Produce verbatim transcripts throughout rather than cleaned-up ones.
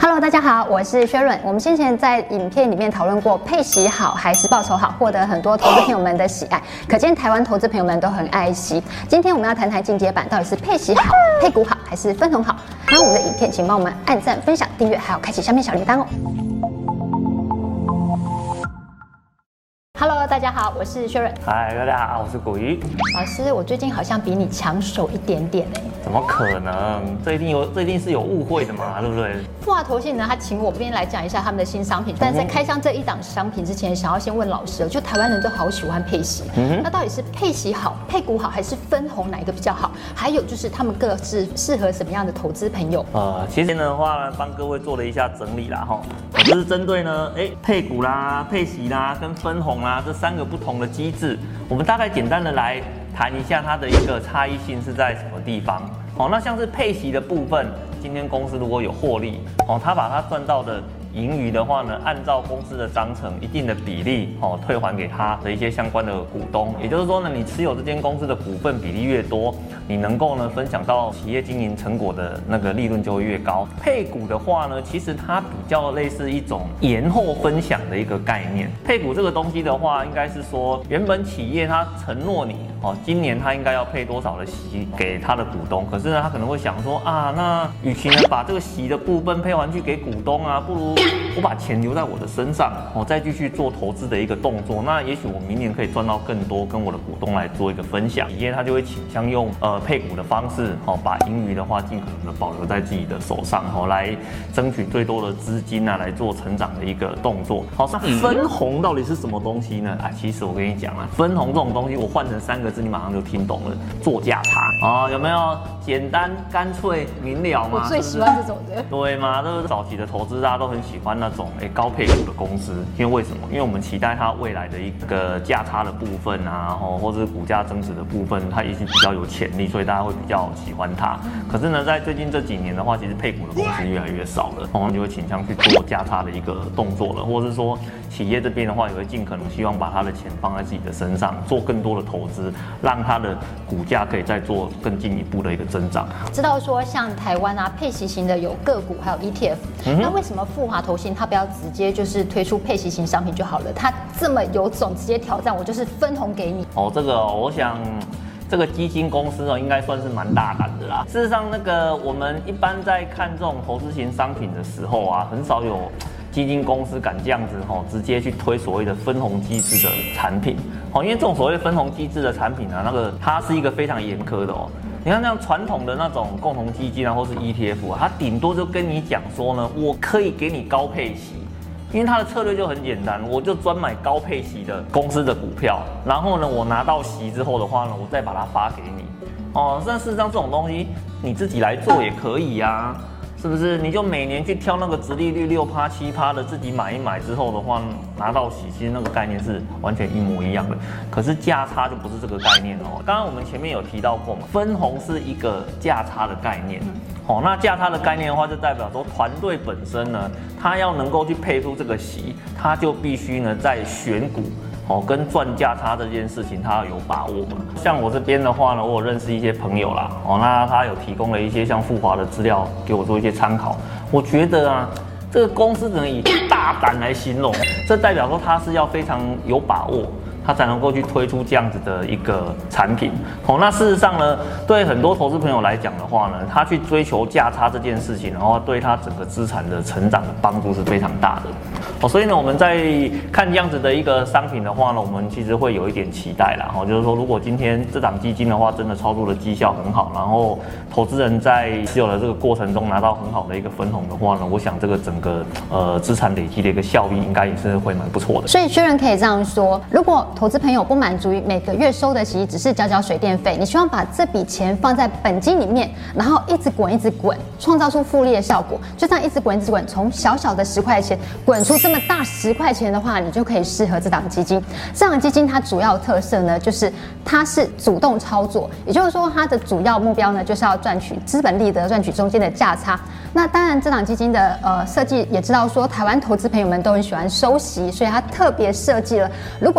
Hello， 大家好，我是薛润。我们先前在影片里面讨论过配息好还是报酬好，获得很多投资朋友们的喜爱，可见台湾投资朋友们都很爱惜。今天我们要谈谈进阶版，到底是配息好、配股好还是分红好？喜欢我们的影片，请帮我们按赞、分享、订阅，还有开启下面小铃铛哦。Hello， 大家好，我是薛润。 嗨，大家好，我是古鱼。 老师，我最近好像比你抢手一点点哎。 怎么可能？这一定有，这一定是有误会的嘛，对不对？ 富华投信呢，他请我这边来讲一下他们的新商品。但在开箱这一档商品之前，想要先问老师，就台湾人都好喜欢配息，嗯、那到底是配息好、配股好，还是分红哪一个比较好？还有就是他们各自适合什么样的投资朋友？ 呃，其实的话呢，帮各位做了一下整理啦，哈，我就是针对呢，哎，配股啦、配息啦、跟分红啦这三个不同的机制，我们大概简单的来谈一下它的一个差异性是在什么地方。哦，那像是配息的部分，今天公司如果有获利，哦，他把它赚到的盈余的话呢，按照公司的章程一定的比例，哦，退还给他的一些相关的股东。也就是说呢，你持有这间公司的股份比例越多，你能够呢分享到企业经营成果的那个利润就会越高。配股的话呢，其实它比较类似一种延后分享的一个概念。配股这个东西的话，应该是说原本企业它承诺你，哦，今年它应该要配多少的息给他的股东，可是呢，他可能会想说啊，那与其呢把这个息的部分配还去给股东啊，不如我把钱留在我的身上，我再继续做投资的一个动作。那也许我明年可以赚到更多，跟我的股东来做一个分享。企业他就会倾向用呃配股的方式，哦，把盈余的话尽可能的保留在自己的手上，哦，来争取最多的资金啊，来做成长的一个动作。好，那分红到底是什么东西呢？啊，其实我跟你讲啊，分红这种东西，我换成三个字，你马上就听懂了，做价差啊，有没有？简单、干脆、明了嘛？ 我最喜欢这种的。 对吗？这是早期的投资，大家都很喜欢那种哎、欸、高配股的公司，因为为什么？因为我们期待它未来的一个价差的部分啊，哦，或者是股价增值的部分，它也是比较有潜力，所以大家会比较喜欢它。可是呢，在最近这几年的话，其实配股的公司越来越少了，哦，就会倾向去做价差的一个动作了，或者是说企业这边的话，也会尽可能希望把他的钱放在自己的身上，做更多的投资，让它的股价可以再做更进一步的一个增长。 知道说像台湾啊配息型的有个股还有 E T F，嗯、那为什么富华投信它不要直接就是推出配息型商品就好了？它这么有种，直接挑战我就是分红给你。 哦，这个、哦、我想。这个基金公司哦，应该算是蛮大胆的啦。事实上，那个我们一般在看这种投资型商品的时候啊，很少有基金公司敢这样子哦，直接去推所谓的分红机制的产品哦。因为这种所谓分红机制的产品啊，那个它是一个非常严苛的哦。你看，像传统的那种共同基金啊，或是 E T F 啊，它顶多就跟你讲说呢，我可以给你高配息。因为它的策略就很简单，我就专买高配息的公司的股票，然后呢，我拿到息之后的话呢，我再把它发给你。哦，但事实上这种东西你自己来做也可以呀、啊，是不是？你就每年去挑那个殖利率六趴七趴的，自己买一买之后的话，拿到息，其实那个概念是完全一模一样的。可是价差就不是这个概念哦。刚刚我们前面有提到过嘛，分红是一个价差的概念。哦，那价差的概念的话，就代表说团队本身呢，它要能够去配出这个息，它就必须呢在选股哦跟赚价差这件事情，它要有把握嘛。像我这边的话呢，我有认识一些朋友啦，哦，那他有提供了一些像富华的资料给我做一些参考。我觉得啊，这个公司只能以大胆来形容，这代表说它是要非常有把握。他才能够去推出这样子的一个产品。哦，那事实上呢，对很多投资朋友来讲的话呢，他去追求价差这件事情，然后对他整个资产的成长的帮助是非常大的。哦，所以呢，我们在看这样子的一个商品的话呢，我们其实会有一点期待啦。哦，就是说，如果今天这档基金的话，真的操作的绩效很好，然后投资人在持有的这个过程中拿到很好的一个分红的话呢，我想这个整个呃资产累积的一个效益应该也是会蛮不错的。 所以薛仁可以这样说，如果投资朋友不满足于每个月收的息只是缴缴水电费，你希望把这笔钱放在本金里面，然后一直滚一直滚，创造出复利的效果，就这样一直滚一直滚，从小小的十块钱滚出这么大十块钱的话，你就可以适合这档基金。这档基金它主要特色呢，就是它是主动操作，也就是说它的主要目标呢，就是要赚取资本利得，赚取中间的价差。那当然，这档基金的呃设计也知道说，台湾投资朋友们都很喜欢收息，所以它特别设计了，如果在半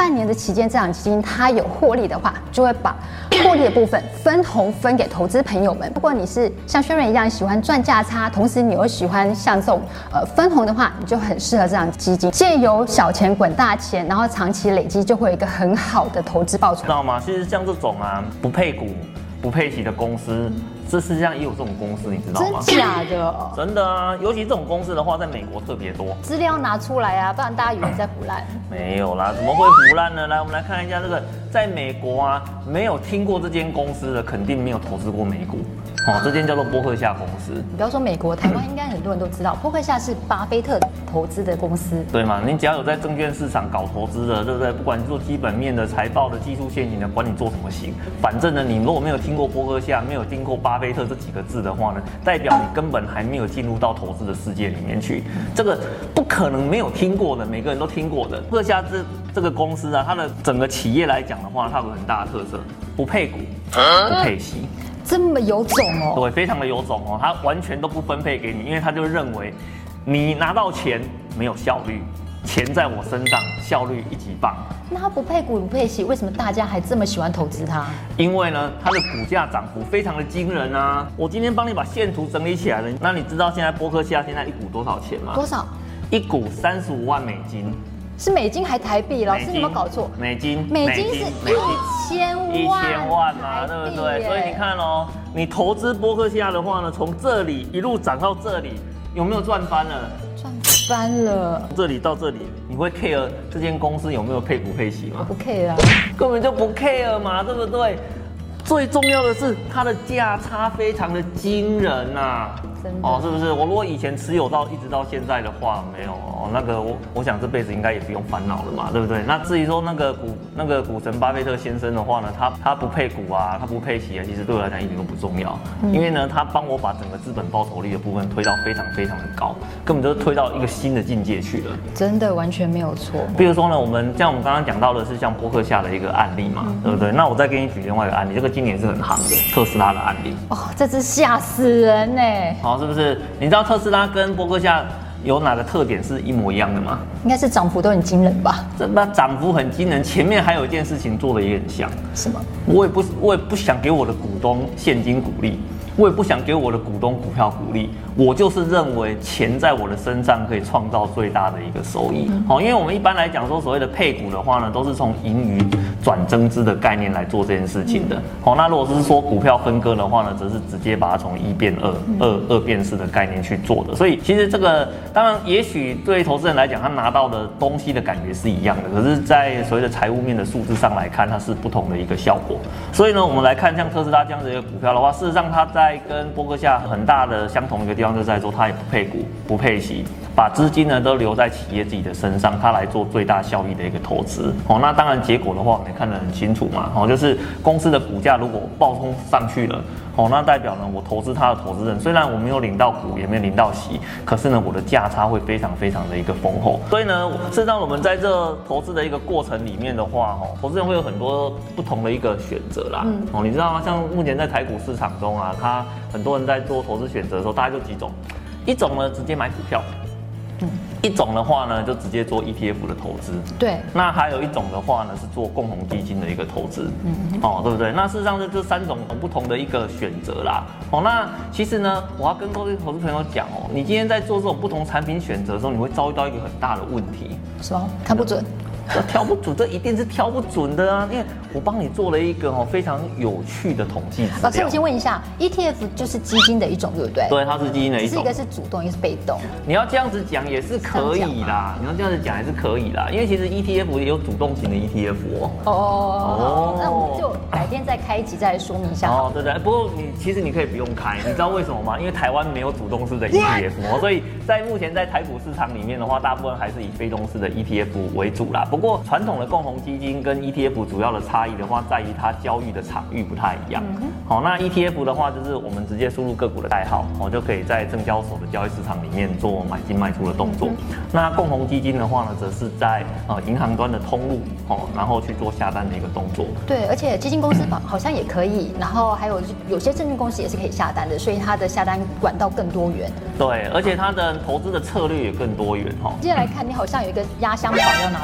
半年的期间，这档基金它有获利的话，就会把获利的部分分红分给投资朋友们。如果你是像轩瑞一样喜欢赚价差，同时你又喜欢像这种呃分红的话，你就很适合这档基金，借由小钱滚大钱，然后长期累积就会有一个很好的投资报酬。 知道吗？其实像这种啊不配股、不配息的公司，这世界上也有这种公司，你知道吗？ 真假的？ 真的啊，尤其这种公司的话，在美国特别多。 资料拿出来啊，不然大家以为你在胡乱。 没有啦，怎么会胡乱呢？来，我们来看一下这个，在美国啊，没有听过这间公司的，肯定没有投资过美股。哦，这间叫做波克夏公司。 你不要说美国，台湾应该很多人都知道，波克夏是巴菲特投资的公司， 对嘛？你只要有在证券市场搞投资的，对不对？不管做基本面的、财报的、技术线型的，管你做什么型，反正呢，你如果没有听过波克夏，没有听过巴菲特这几个字的话呢，代表你根本还没有进入到投资的世界里面去。这个不可能没有听过的，每个人都听过的。波克夏这这个公司啊，它的整个企业来讲的话，它有个很大的特色，不配股，不配息。 这么有种哦， 对，非常的有种哦，他完全都不分配给你，因为他就认为你拿到钱没有效率，钱在我身上，效率一级棒。 那它不配股不配息，为什么大家还这么喜欢投资它？ 因为呢，它的股价涨幅非常的惊人啊！我今天帮你把线图整理起来了，那你知道现在波克夏现在一股多少钱吗？ 多少？ 一股三十五万美金。 是美金还台币？老师你有没有搞错？ 美金， 美金是一千万， 一千万嘛，对不对？所以你看哦，你投资波克夏的话呢，从这里一路涨到这里，有没有赚翻了？ 赚翻了。 这里到这里，你会 care 这间公司有没有配股配息吗？ 不 care 啊， 根本就不 care 嘛，对不对？最重要的是它的价差非常的惊人呐、啊。哦，是不是？我如果以前持有到一直到现在的话，没有哦，那个我我想这辈子应该也不用烦恼了嘛，对不对？那至于说那个股那个股神巴菲特先生的话呢，他他不配股啊，他不配息啊，其实对我来讲一点都不重要，嗯、因为呢，他帮我把整个资本报酬率的部分推到非常非常的高，根本就是推到一个新的境界去了。 真的完全没有错。 比如说呢，我们像我们刚刚讲到的是像波克夏的一个案例嘛，嗯、对不对？那我再给你举另外一个案例，这个今年是很夯的特斯拉的案例。 哦，这只吓死人呢！ 好，是不是？你知道特斯拉跟波克夏有哪个特点是一模一样的吗？ 应该是涨幅都很惊人吧？ 这那涨幅很惊人，前面还有一件事情做的也很像。 什么？ 我也不，我也不想给我的股东现金股利，我也不想给我的股东股票股利，我就是认为钱在我的身上可以创造最大的一个收益。好、嗯，因为我们一般来讲说所谓的配股的话呢，都是从盈余转增资的概念来做这件事情的。好、嗯，那如果是说股票分割的话呢，则是直接把它从一变二，嗯、二二变四的概念去做的。所以其实这个当然也许对投资人来讲，他拿到的东西的感觉是一样的，可是，在所谓的财务面的数字上来看，它是不同的一个效果。所以呢，我们来看像特斯拉这样的一个股票的话，事实上它在跟波克夏很大的相同的一个地方，就是在说它也不配股、不配息，把资金呢都留在企业自己的身上，它来做最大效益的一个投资。哦，那当然结果的话，我们也看得很清楚嘛。哦，就是公司的股价如果暴冲上去了，哦，那代表呢我投资它的投资人，虽然我没有领到股，也没有领到息，可是呢我的价差会非常非常的一个丰厚。所以呢，事实上我们在这投资的一个过程里面的话，哦，投资人会有很多不同的一个选择啦。嗯、哦，你知道吗？像目前在台股市场中啊，它很多人在做投资选择的时候，大概就几种，一种呢直接买股票。嗯，一种的话呢，就直接做 E T F 的投资。对，那还有一种的话呢，是做共同基金的一个投资。嗯，哦，对不对？那事实上这这三种不同的一个选择啦。哦，那其实呢，我要跟各位投资朋友讲哦，你今天在做这种不同产品选择的时候，你会遭遇到一个很大的问题。什么？看不准。这挑不准，这一定是挑不准的啊！因为我帮你做了一个哦非常有趣的统计资料。 老师，我先问一下 ，E T F 就是基金的一种，对不对？ 对，它是基金的一种。 是一个是主动，一个是被动。 你要这样子讲也是可以啦，你要这样子讲也是可以啦，因为其实 E T F 也有主动型的 E T F 哦。哦哦，那我们就改天再开一集再来说明一下。 哦，对对，不过你其实你可以不用开，你知道为什么吗？因为台湾没有主动式的 E T F 哦，所以在目前在台股市场里面的话，大部分还是以非动式的 E T F 为主啦。不过传统的共同基金跟 E T F 主要的差异的话，在于它交易的场域不太一样。好、嗯，那 E T F 的话，就是我们直接输入个股的代号，哦，就可以在证交所的交易市场里面做买进卖出的动作。嗯、那共同基金的话呢，则是在呃银行端的通路，哦，然后去做下单的一个动作。 对，而且基金公司好像也可以，然后还有有些证券公司也是可以下单的，所以它的下单管道更多元。 对，而且它的投资的策略也更多元哈。 接下来看，你好像有一个压箱宝要拿出来。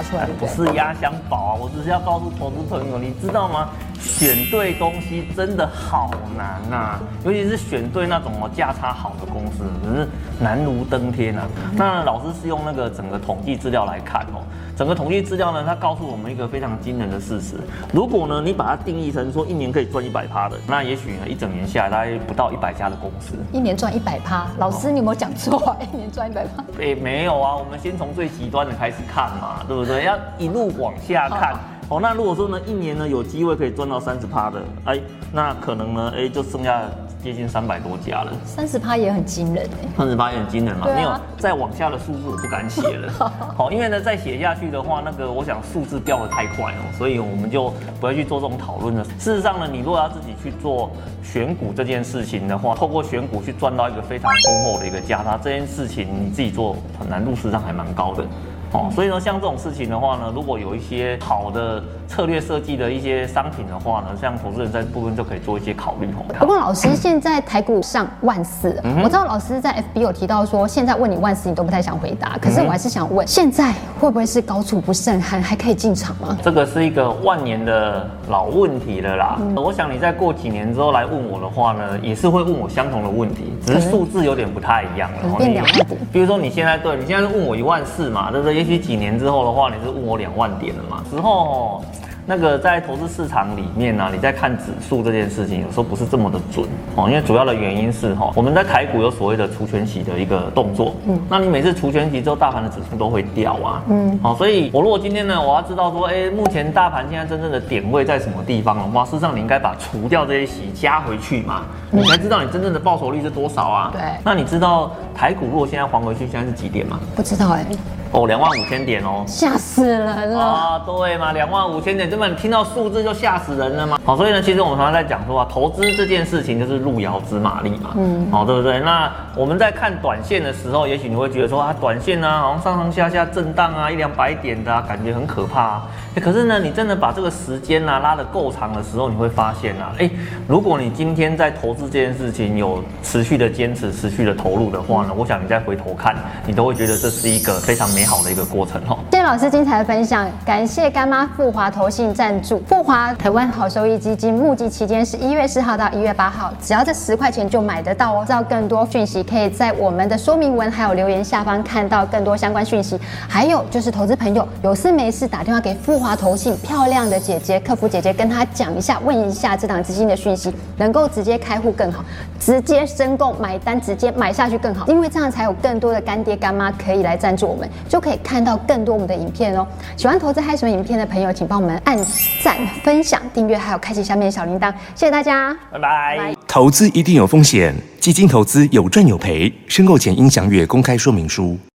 不是压箱宝啊，我只是要告诉投资朋友，你知道吗？选对东西真的好难呐、啊，尤其是选对那种哦价差好的公司，只是难如登天啊。那老师是用那个整个统计资料来看哦，整个统计资料呢，它告诉我们一个非常惊人的事实：如果呢你把它定义成说一年可以赚一百趴的，那也许呢一整年下来大概不到一百家的公司， 一年赚一百趴，老师你有没有讲错啊？一年赚一百趴？ 哎、欸，没有啊，我们先从最极端的开始看嘛，对不对？要一路往下看。哦，那如果说呢，一年呢有机会可以赚到三十趴的，哎，那可能呢，哎，就剩下接近三百多家了。 三十趴也很惊人哎， 三十趴也很惊人嘛。 啊、 没有再往下的数字我不敢写了。好，因为呢再写下去的话，那个我想数字掉得太快哦，所以我们就不会去做这种讨论了。事实上呢，你如果要自己去做选股这件事情的话，透过选股去赚到一个非常丰厚的一个价差，这件事情你自己做难度事实上还蛮高的。哦，所以呢，像这种事情的话呢，如果有一些好的策略设计的一些商品的话呢，像投资人在这部分就可以做一些考虑哦。 不过老师现在台股上万四、嗯，我知道老师在 F B 有提到说，现在问你万四你都不太想回答，可是我还是想问，嗯、现在会不会是高处不胜寒，还可以进场吗？ 这个是一个万年的老问题了啦。嗯、我想你再过几年之后来问我的话呢，也是会问我相同的问题，只是数字有点不太一样了。 可能变两万点。 比如说你现在对你现在是问我一万四嘛，对不对？也许几年之后的话，你是问我两万点了嘛？之后那个在投资市场里面呢、啊，你在看指数这件事情，有时候不是这么的准哦，因为主要的原因是哈，我们在台股有所谓的除权息的一个动作，嗯，那你每次除权息之后，大盘的指数都会掉啊，嗯，好，所以我如果今天呢，我要知道说，哎、欸，目前大盘现在真正的点位在什么地方的话，事实上你应该把除掉这些息加回去嘛，嗯、你才知道你真正的报酬率是多少啊。 对， 那你知道台股如果现在还回去，现在是几点吗？ 不知道哎、欸。 哦，两万五千点哦， 吓死人了啊！对嘛，两万五千点，根本你听到数字就吓死人了嘛。好，所以呢，其实我们常常在讲说啊，投资这件事情就是路遥知马力嘛，嗯，好，对不对？那我们在看短线的时候，也许你会觉得说啊，短线啊，好像上上下下震荡啊，一两百点的、啊，感觉很可怕啊。可是呢，你真的把这个时间啊拉得够长的时候，你会发现啊，哎，如果你今天在投资这件事情有持续的坚持、持续的投入的话呢，我想你再回头看，你都会觉得这是一个非常美好的一个过程哦。 谢谢老师精彩的分享，感谢干妈富华投信赞助。富华台湾好收益基金募集期间是一月四号到一月八号，只要这十块钱就买得到哦。知道更多讯息，可以在我们的说明文还有留言下方看到更多相关讯息。还有就是投资朋友有事没事打电话给富华投信漂亮的姐姐客服姐姐，跟她讲一下，问一下这档资金的讯息，能够直接开户更好，直接申购买单，直接买下去更好，因为这样才有更多的干爹干妈可以来赞助我们，就可以看到更多我们的影片哦。喜欢投资嗨什么影片的朋友，请帮我们按赞、分享、订阅，还有开启下面的小铃铛，谢谢大家， 拜拜。 投资一定有风险，基金投资有赚有赔，申购前应详阅公开说明书。